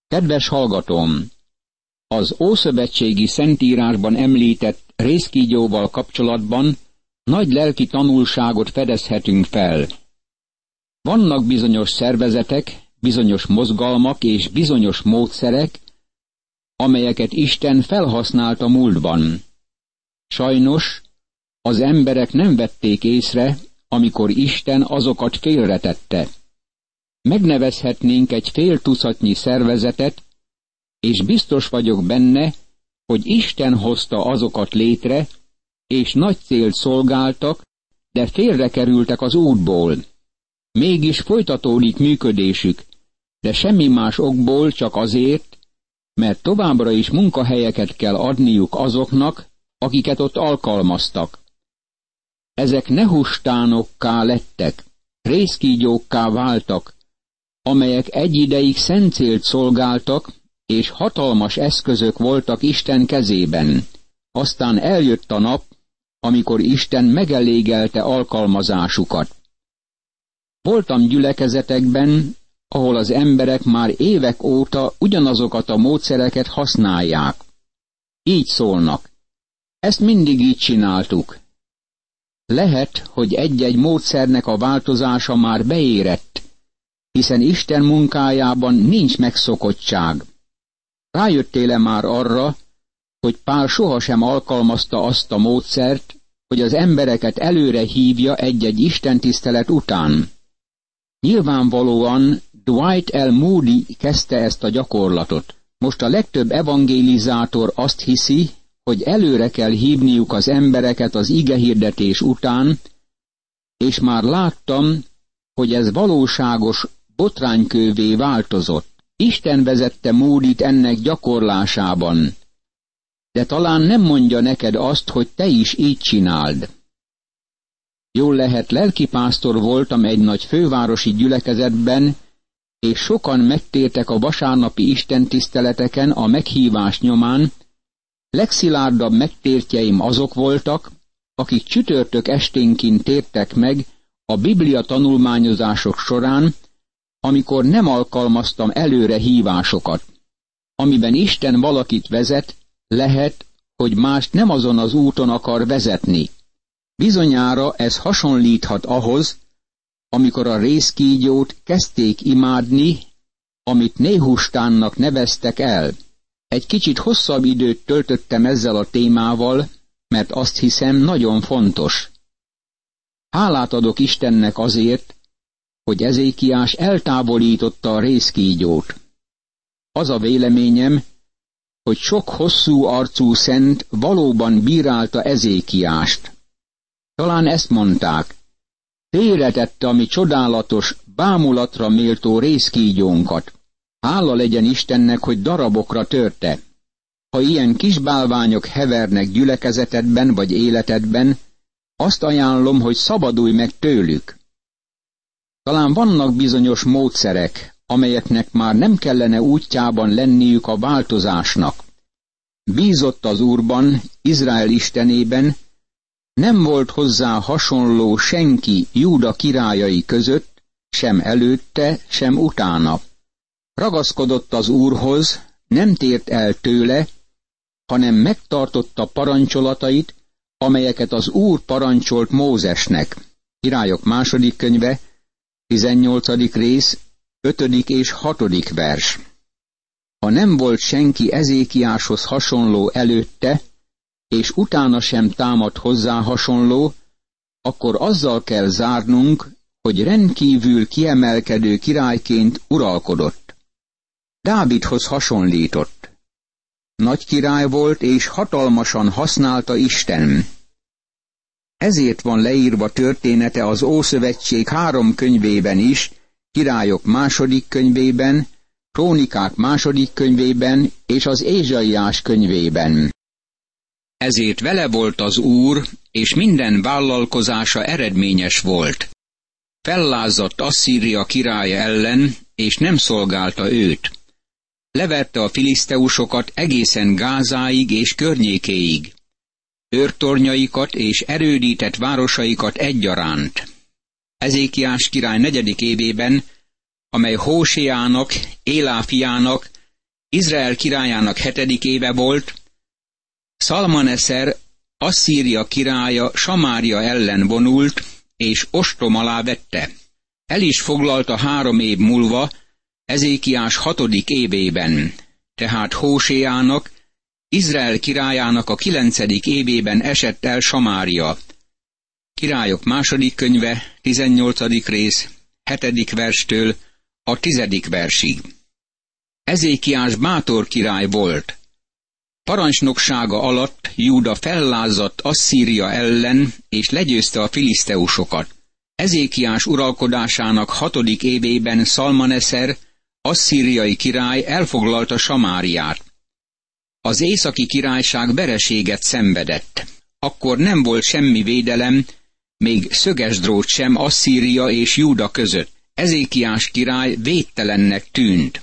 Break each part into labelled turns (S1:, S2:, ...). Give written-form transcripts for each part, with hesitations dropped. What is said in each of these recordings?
S1: Kedves hallgatóm! Az ószövetségi szentírásban említett rézkígyóval kapcsolatban nagy lelki tanulságot fedezhetünk fel. Vannak bizonyos szervezetek, bizonyos mozgalmak és bizonyos módszerek, amelyeket Isten felhasznált a múltban. Sajnos az emberek nem vették észre, amikor Isten azokat félretette. Megnevezhetnénk egy fél tucatnyi szervezetet, és biztos vagyok benne, hogy Isten hozta azokat létre, és nagy célt szolgáltak, de félrekerültek az útból. Mégis folytatódik működésük, de semmi más okból, csak azért, mert továbbra is munkahelyeket kell adniuk azoknak, akiket ott alkalmaztak. Ezek nehustánokká lettek, rézkígyókká váltak, amelyek egy ideig szent célt szolgáltak, és hatalmas eszközök voltak Isten kezében. Aztán eljött a nap, amikor Isten megelégelte alkalmazásukat. Voltam gyülekezetekben, ahol az emberek már évek óta ugyanazokat a módszereket használják. Így szólnak. Ezt mindig így csináltuk. Lehet, hogy egy-egy módszernek a változása már beérett, hiszen Isten munkájában nincs megszokottság. Rájöttél-e már arra, hogy Pál sohasem alkalmazta azt a módszert, hogy az embereket előre hívja egy-egy istentisztelet után? Nyilvánvalóan Dwight L. Moody kezdte ezt a gyakorlatot. Most a legtöbb evangélizátor azt hiszi, hogy előre kell hívniuk az embereket az igehirdetés után, és már láttam, hogy ez valóságos botránykővé változott. Isten vezette Moodyt ennek gyakorlásában, de talán nem mondja neked azt, hogy te is így csináld. Jól lehet, lelkipásztor voltam egy nagy fővárosi gyülekezetben, és sokan megtértek a vasárnapi istentiszteleteken a meghívás nyomán. Legszilárdabb megtértjeim azok voltak, akik csütörtök esténként tértek meg a Biblia tanulmányozások során, amikor nem alkalmaztam előre hívásokat. Amiben Isten valakit vezet, lehet, hogy mást nem azon az úton akar vezetni. Bizonyára ez hasonlíthat ahhoz, amikor a rézkígyót kezdték imádni, amit Néhustánnak neveztek el. Egy kicsit hosszabb időt töltöttem ezzel a témával, mert azt hiszem nagyon fontos. Hálát adok Istennek azért, hogy Ezékiás eltávolította a rézkígyót. Az a véleményem, hogy sok hosszú arcú szent valóban bírálta Ezékiást. Talán ezt mondták: félretette a mi csodálatos, bámulatra méltó rézkígyónkat. Hála legyen Istennek, hogy darabokra törte. Ha ilyen kis bálványok hevernek gyülekezetedben vagy életedben, azt ajánlom, hogy szabadulj meg tőlük. Talán vannak bizonyos módszerek, amelyeknek már nem kellene útjában lenniük a változásnak. Bízott az Úrban, Izrael Istenében, nem volt hozzá hasonló senki Júda királyai között, sem előtte, sem utána. Ragaszkodott az Úrhoz, nem tért el tőle, hanem megtartotta parancsolatait, amelyeket az Úr parancsolt Mózesnek. Királyok második könyve, 18. rész, 5. és 6. vers. Ha nem volt senki Ezékiáshoz hasonló előtte, és utána sem támad hozzá hasonló, akkor azzal kell zárnunk, hogy rendkívül kiemelkedő királyként uralkodott. Dávidhoz hasonlított. Nagy király volt, és hatalmasan használta Isten. Ezért van leírva története az Ószövetség 3 könyvében is, Királyok második könyvében, Krónikák második könyvében és az Ézsaiás könyvében. Ezért vele volt az Úr, és minden vállalkozása eredményes volt. Fellázadt Asszíria királya ellen, és nem szolgálta őt. Leverte a filiszteusokat egészen Gázáig és környékéig, őrtornyaikat és erődített városaikat egyaránt. Ezékiás király 4. évében, amely Hóséának, Élá fiának Izrael királyának 7. éve volt, Szalmaneszer, Asszíria királya Samária ellen vonult, és ostrom alá vette. El is foglalta 3 év múlva, Ezékiás 6. évében, tehát Hóséának, Izrael királyának a 9. évében esett el Samária. Királyok 2. könyve, 18. rész, 7. verstől a 10. versig. Ezékiás bátor király volt. Parancsnoksága alatt Júda fellázadt Asszíria ellen, és legyőzte a filiszteusokat. Ezékiás uralkodásának 6. évében Szalmaneszer, asszíriai király elfoglalta Samáriát. Az északi királyság vereséget szenvedett. Akkor nem volt semmi védelem, még szöges drót sem Asszíria és Júda között. Ezékiás király védtelennek tűnt.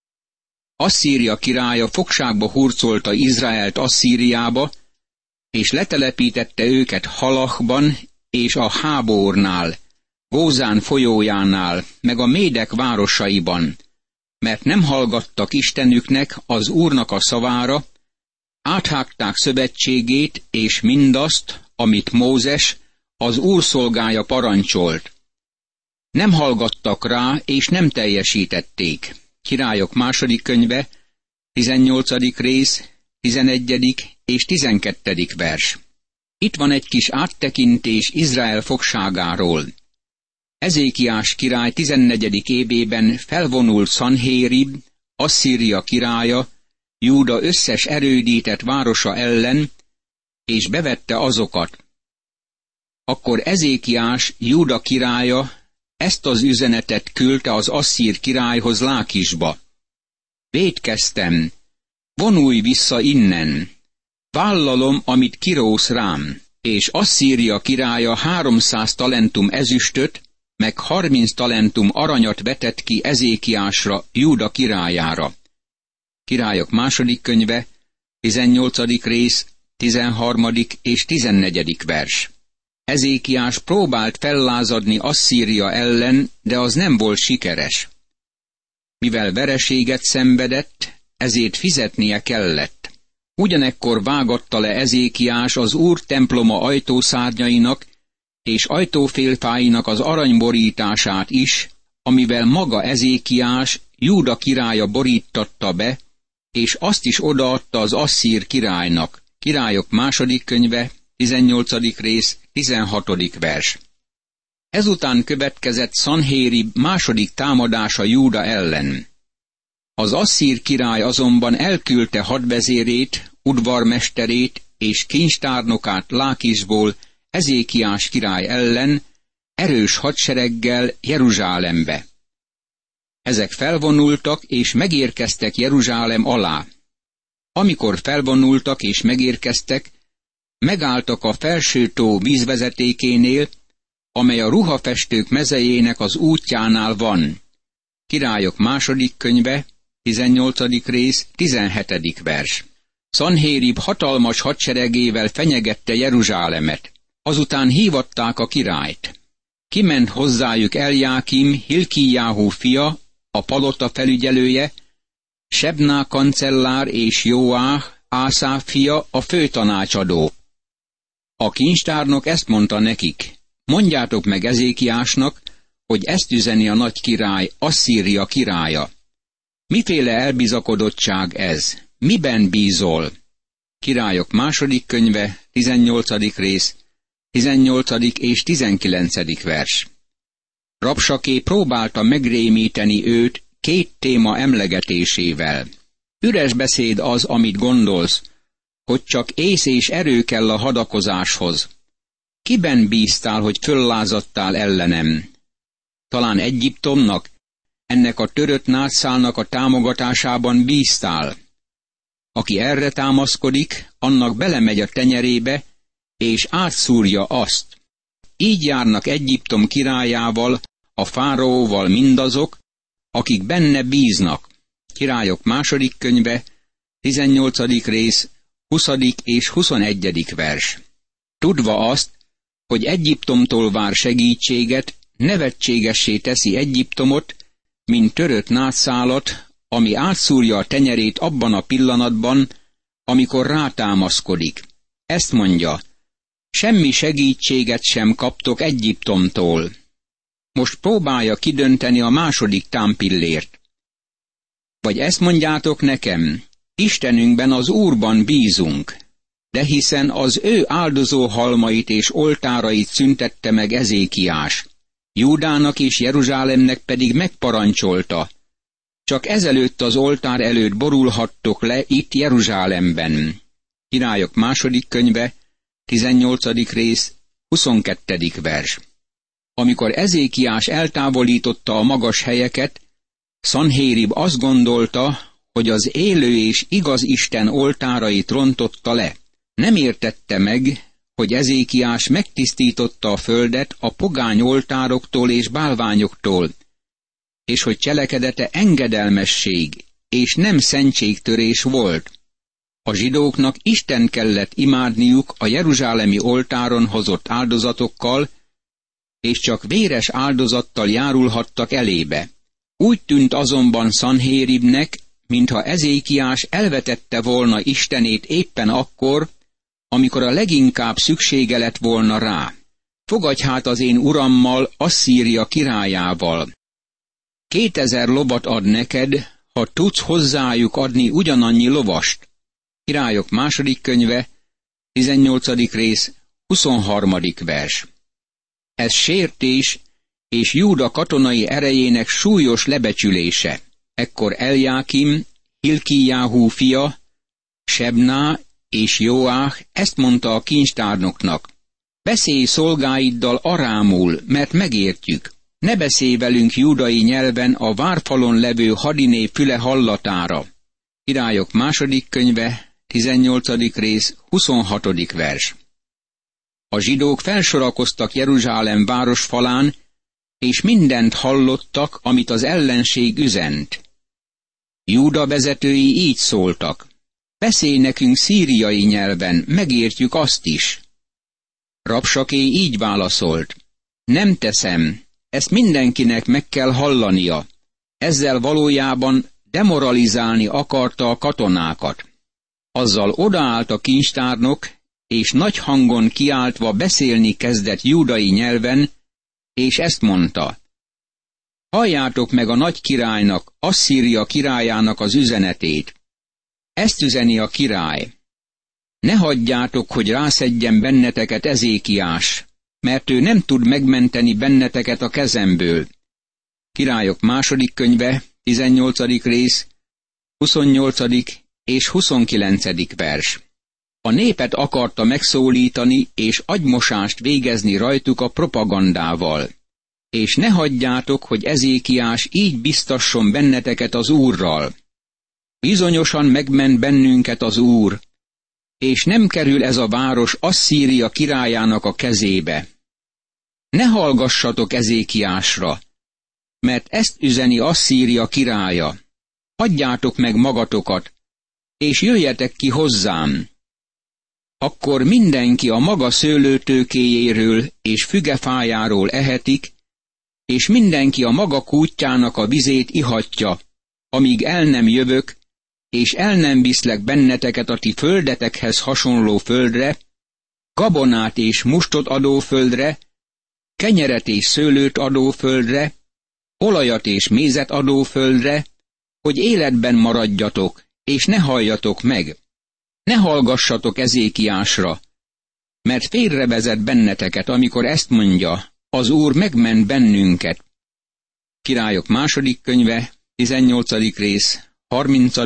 S1: Asszíria királya fogságba hurcolta Izraelt Asszíriába, és letelepítette őket Halachban és a Hábornál, Gózán folyójánál, meg a médek városaiban, mert nem hallgattak Istenüknek, az Úrnak a szavára, áthágták szövetségét és mindazt, amit Mózes, az Úr szolgája parancsolt. Nem hallgattak rá, és nem teljesítették. Királyok 2. könyve, 18. rész, 11. és 12. vers. Itt van egy kis áttekintés Izrael fogságáról. Ezékiás király 14. évében felvonult Szanhérib, Asszíria királya, Júda összes erődített városa ellen, és bevette azokat. Akkor Ezékiás, Júda királya, ezt az üzenetet küldte az asszír királyhoz Lákisba. Vétkeztem, vonulj vissza innen, vállalom, amit kirósz rám, és Asszíria királya 300 talentum ezüstöt, meg 30 talentum aranyat vetett ki Ezékiásra, Júda királyára. Királyok 2. könyve, 18. rész, 13. és 14. vers. Ezékiás próbált fellázadni Asszíria ellen, de az nem volt sikeres. Mivel vereséget szenvedett, ezért fizetnie kellett. Ugyanekkor vágatta le Ezékiás az Úr temploma ajtószárnyainak és ajtófélfáinak az aranyborítását is, amivel maga Ezékiás, Júda királya borítatta be, és azt is odaadta az asszír királynak. Királyok 2. könyve, 18. rész, 16. vers. Ezután következett Szanhérib 2. támadása Júda ellen. Az asszír király azonban elküldte hadvezérét, udvarmesterét és kincstárnokát Lákisból Ezékiás király ellen, erős hadsereggel Jeruzsálembe. Ezek felvonultak és megérkeztek Jeruzsálem alá. Amikor felvonultak és megérkeztek, megálltak a felső tó vízvezetékénél, amely a ruhafestők mezejének az útjánál van. Királyok 2. könyve, 18. rész, 17. vers. Szanhérib hatalmas hadseregével fenyegette Jeruzsálemet. Azután hívatták a királyt. Kiment hozzájuk Eljákim, Hilkijáhu fia, a palota felügyelője, Sebná kancellár és Jóáh, Ászáf fia, a főtanácsadó. A kincstárnok ezt mondta nekik: mondjátok meg Ezékiásnak, hogy ezt üzeni a nagy király, Asszíria királya. Miféle elbizakodottság ez? Miben bízol? Királyok 2. könyve, 18. rész, 18. és 19. vers. Rabsaké próbálta megrémíteni őt 2 téma emlegetésével. Üres beszéd az, amit gondolsz, hogy csak ész és erő kell a hadakozáshoz. Kiben bíztál, hogy föllázadtál ellenem? Talán Egyiptomnak, ennek a törött nátszálnak a támogatásában bíztál. Aki erre támaszkodik, annak belemegy a tenyerébe, és átszúrja azt. Így járnak Egyiptom királyával, a fáraóval mindazok, akik benne bíznak. Királyok 2. könyve, 18. rész, 20. és 21. vers. Tudva azt, hogy Egyiptomtól vár segítséget, nevetségessé teszi Egyiptomot, mint törött nátszálat, ami átszúrja a tenyerét abban a pillanatban, amikor rátámaszkodik. Ezt mondja, semmi segítséget sem kaptok Egyiptomtól. Most próbálja kidönteni a második támpillért. Vagy ezt mondjátok nekem, Istenünkben, az Úrban bízunk, de hiszen az ő áldozó halmait és oltárait szüntette meg Ezékiás, Júdának és Jeruzsálemnek pedig megparancsolta, csak ezelőtt az oltár előtt borulhattok le itt Jeruzsálemben. Királyok második könyve, 18. rész, 22. vers. Amikor Ezékiás eltávolította a magas helyeket, Szanhérib azt gondolta, hogy az élő és igaz Isten oltárait rontotta le. Nem értette meg, hogy Ezékiás megtisztította a földet a pogány oltároktól és bálványoktól, és hogy cselekedete engedelmesség és nem szentségtörés volt. A zsidóknak Isten kellett imádniuk a jeruzsálemi oltáron hozott áldozatokkal, és csak véres áldozattal járulhattak elébe. Úgy tűnt azonban Szanhéribnek, mintha Ezékiás elvetette volna Istenét éppen akkor, amikor a leginkább szüksége lett volna rá. Fogadj hát az én urammal, Asszíria királyával. 2000 lovat ad neked, ha tudsz hozzájuk adni ugyanannyi lovast. Királyok második könyve, 18. rész, 23. vers. Ez sértés és Júda katonai erejének súlyos lebecsülése. Ekkor Eljákim, Hilkijáhú fia, Sebná és Joách ezt mondta a kincstárnoknak: beszélj szolgáiddal arámul, mert megértjük. Ne beszélj velünk júdai nyelven a várfalon levő hadiné füle hallatára. Királyok második könyve, 18. rész, 26. vers. A zsidók felsorakoztak Jeruzsálem városfalán, és mindent hallottak, amit az ellenség üzent. Júda vezetői így szóltak: beszélj nekünk szíriai nyelven, megértjük azt is. Rabsaké így válaszolt: nem teszem, ezt mindenkinek meg kell hallania. Ezzel valójában demoralizálni akarta a katonákat. Azzal odaállt a kincstárnok, és nagy hangon kiáltva beszélni kezdett júdai nyelven, és ezt mondta: halljátok meg a nagy királynak, Asszíria királyának az üzenetét. Ezt üzeni a király: ne hagyjátok, hogy rászedjen benneteket Ezékiás, mert ő nem tud megmenteni benneteket a kezemből. Királyok második könyve, 18. rész, 28. és 29. vers. A népet akarta megszólítani és agymosást végezni rajtuk a propagandával. És ne hagyjátok, hogy Ezékiás így biztasson benneteket az Úrral. Bizonyosan megment bennünket az Úr, és nem kerül ez a város Asszíria királyának a kezébe. Ne hallgassatok Ezékiásra, mert ezt üzeni Asszíria királya. Adjátok meg magatokat, és jöjjetek ki hozzám. Akkor mindenki a maga szőlőtőkéjéről és fügefájáról ehetik, és mindenki a maga kútjának a vizét ihatja, amíg el nem jövök, és el nem viszlek benneteket a ti földetekhez hasonló földre, gabonát és mustot adó földre, kenyeret és szőlőt adó földre, olajat és mézet adó földre, hogy életben maradjatok, és ne halljatok meg. Ne hallgassatok Ezékiásra, mert félrevezet benneteket, amikor ezt mondja: az Úr megment bennünket. Királyok második könyve, 18. rész, 30.,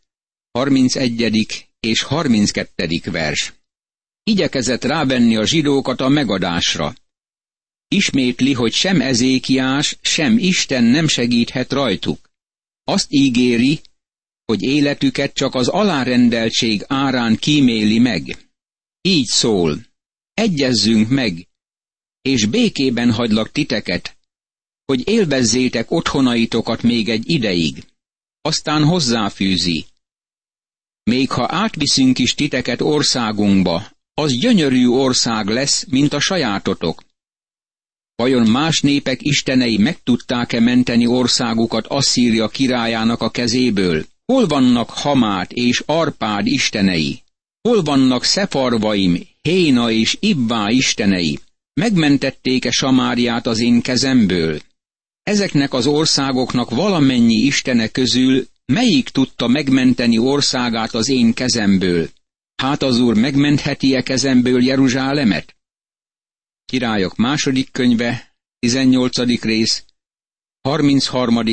S1: 31. és 32. vers. Igyekezett rávenni a zsidókat a megadásra. Ismétli, hogy sem Ezékiás, sem Isten nem segíthet rajtuk. Azt ígéri, hogy életüket csak az alárendeltség árán kíméli meg. Így szól: egyezzünk meg, és békében hagylak titeket, hogy élvezzétek otthonaitokat még egy ideig. Aztán hozzáfűzi: még ha átviszünk is titeket országunkba, az gyönyörű ország lesz, mint a sajátotok. Vajon más népek istenei meg tudták-e menteni országukat Asszíria királyának a kezéből? Hol vannak Hamát és Arpád istenei? Hol vannak Szefarvaim, Héna és Ibbá istenei? Megmentették-e Samáriát az én kezemből? Ezeknek az országoknak valamennyi istene közül melyik tudta megmenteni országát az én kezemből? Hát az Úr megmentheti-e kezemből Jeruzsálemet? Királyok második könyve, 18. rész, 33.,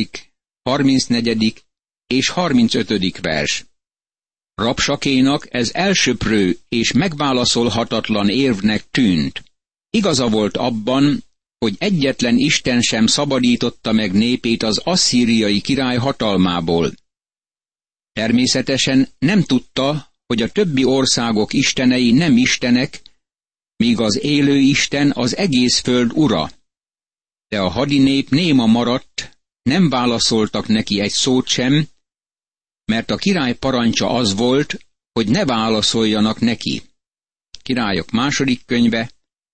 S1: 34. és 35. vers. Rabsakénak ez elsöprő és megválaszolhatatlan érvnek tűnt. Igaza volt abban, hogy egyetlen Isten sem szabadította meg népét az asszíriai király hatalmából. Természetesen nem tudta, hogy a többi országok istenei nem istenek, míg az élő Isten az egész föld ura. De a hadinép néma maradt, nem válaszoltak neki egy szót sem, mert a király parancsa az volt, hogy ne válaszoljanak neki. Királyok második könyve,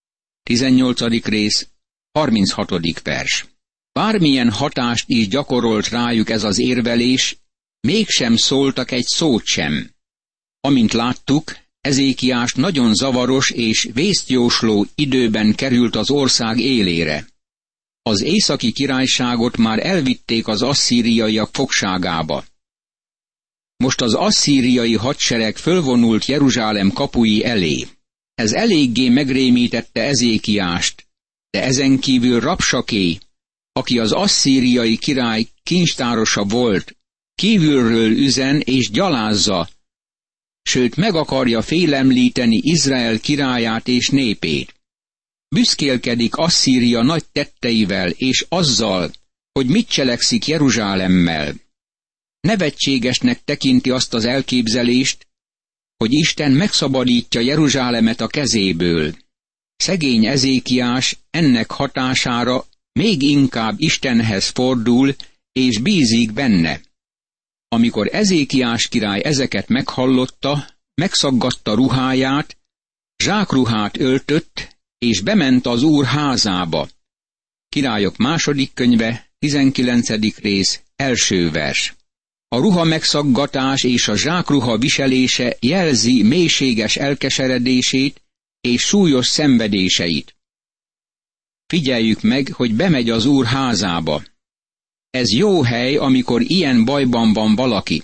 S1: 18. rész, 36. vers. Bármilyen hatást is gyakorolt rájuk ez az érvelés, mégsem szóltak egy szót sem. Amint láttuk, Ezékiás nagyon zavaros és vészjósló időben került az ország élére. Az északi királyságot már elvitték az asszíriaiak fogságába. Most az asszíriai hadsereg fölvonult Jeruzsálem kapui elé. Ez eléggé megrémítette Ezékiást, de ezen kívül Rabsaké, aki az asszíriai király kincstárosa volt, kívülről üzen és gyalázza, sőt meg akarja félemlíteni Izrael királyát és népét. Büszkélkedik Asszíria nagy tetteivel és azzal, hogy mit cselekszik Jeruzsálemmel. Nevetségesnek tekinti azt az elképzelést, hogy Isten megszabadítja Jeruzsálemet a kezéből. Szegény Ezékiás ennek hatására még inkább Istenhez fordul és bízik benne. Amikor Ezékiás király ezeket meghallotta, megszaggatta ruháját, zsákruhát öltött, és bement az Úr házába. Királyok második könyve, 19. rész, első vers. A ruha megszaggatás és a zsákruha viselése jelzi mélységes elkeseredését és súlyos szenvedéseit. Figyeljük meg, hogy bemegy az Úr házába. Ez jó hely, amikor ilyen bajban van valaki.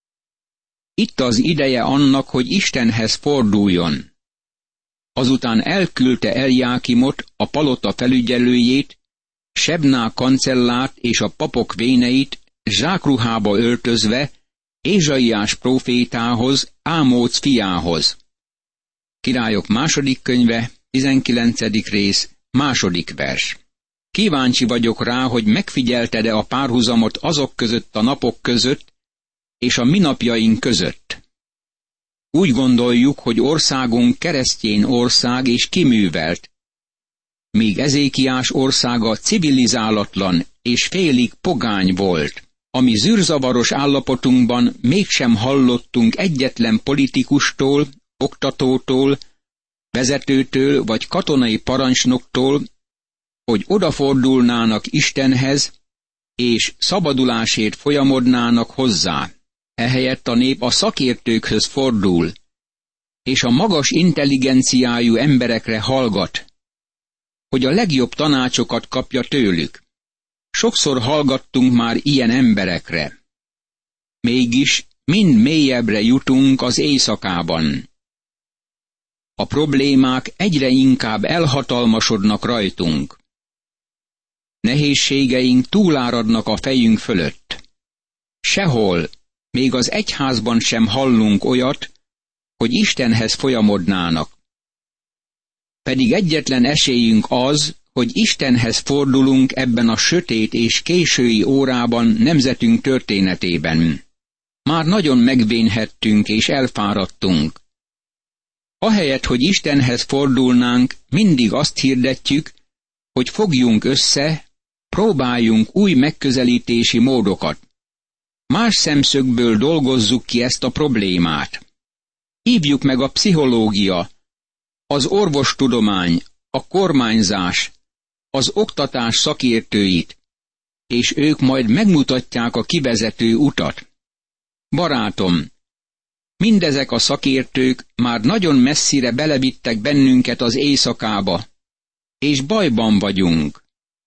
S1: Itt az ideje annak, hogy Istenhez forduljon. Azután elküldte Eljákimot, a palota felügyelőjét, Sebná kancellát és a papok véneit zsákruhába öltözve Ézsaiás prófétához, Ámóc fiához. Királyok második könyve, 19. rész, második vers. Kíváncsi vagyok rá, hogy megfigyelted-e a párhuzamot azok között a napok között és a mi napjaink között. Úgy gondoljuk, hogy országunk keresztény ország és kiművelt, míg Ezékiás országa civilizálatlan és félig pogány volt. A mi zűrzavaros állapotunkban mégsem hallottunk egyetlen politikustól, oktatótól, vezetőtől vagy katonai parancsnoktól, hogy odafordulnának Istenhez, és szabadulásért folyamodnának hozzá. Ehelyett a nép a szakértőkhöz fordul, és a magas intelligenciájú emberekre hallgat, hogy a legjobb tanácsokat kapja tőlük. Sokszor hallgattunk már ilyen emberekre. Mégis mind mélyebbre jutunk az éjszakában. A problémák egyre inkább elhatalmasodnak rajtunk. Nehézségeink túláradnak a fejünk fölött. Sehol, még az egyházban sem hallunk olyat, hogy Istenhez folyamodnának. Pedig egyetlen esélyünk az, hogy Istenhez fordulunk ebben a sötét és késői órában nemzetünk történetében. Már nagyon megvénhettünk és elfáradtunk. Ahelyett, hogy Istenhez fordulnánk, mindig azt hirdetjük, hogy fogjunk össze, próbáljunk új megközelítési módokat. Más szemszögből dolgozzuk ki ezt a problémát. Hívjuk meg a pszichológia, az orvostudomány, a kormányzás, az oktatás szakértőit, és ők majd megmutatják a kivezető utat. Barátom, mindezek a szakértők már nagyon messzire belevittek bennünket az éjszakába, és bajban vagyunk.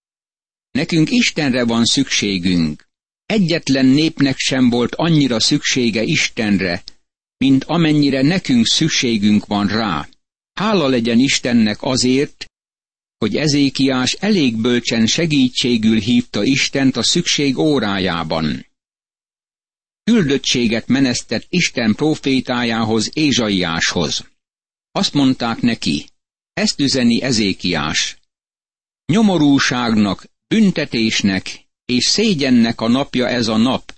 S1: Nekünk Istenre van szükségünk. Egyetlen népnek sem volt annyira szüksége Istenre, mint amennyire nekünk szükségünk van rá. Hála legyen Istennek azért, hogy Ezékiás elég bölcsen segítségül hívta Istent a szükség órájában. Küldöttséget menesztett Isten prófétájához, Ézsaiáshoz. Azt mondták neki, ezt üzeni Ezékiás: nyomorúságnak, büntetésnek és szégyennek a napja ez a nap,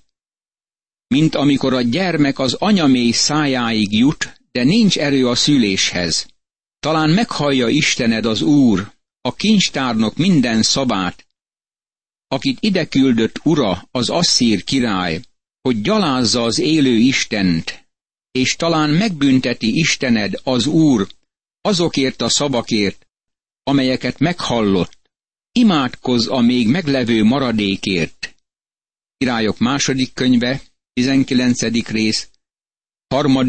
S1: mint amikor a gyermek az anyaméh szájáig jut, de nincs erő a szüléshez. Talán meghallja Istened az Úr, a kincstárnok minden szavát, akit ide küldött ura, az asszír király, hogy gyalázza az élő Istent, és talán megbünteti Istened, az Úr, azokért a szavakért, amelyeket meghallott. Imádkozz a még meglevő maradékért. Királyok második könyve, 19. rész, 3.,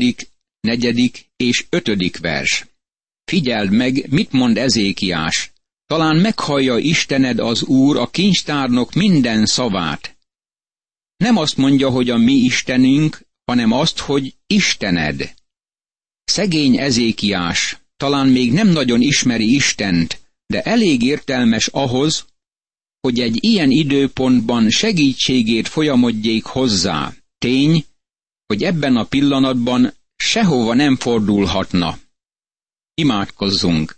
S1: 4. és 5. vers. Figyeld meg, mit mond Ezékiás. Talán meghallja Istened, az Úr, a kincstárnok minden szavát. Nem azt mondja, hogy a mi Istenünk, hanem azt, hogy Istened. Szegény Ezékiás talán még nem nagyon ismeri Istent, de elég értelmes ahhoz, hogy egy ilyen időpontban segítségért folyamodjék hozzá. Tény, hogy ebben a pillanatban sehova nem fordulhatna. Imádkozzunk!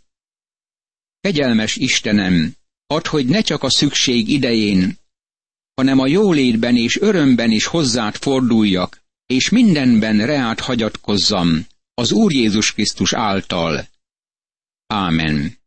S1: Kegyelmes Istenem, add, hogy ne csak a szükség idején, hanem a jólétben és örömben is hozzád forduljak, és mindenben reád hagyatkozzam, az Úr Jézus Krisztus által. Ámen.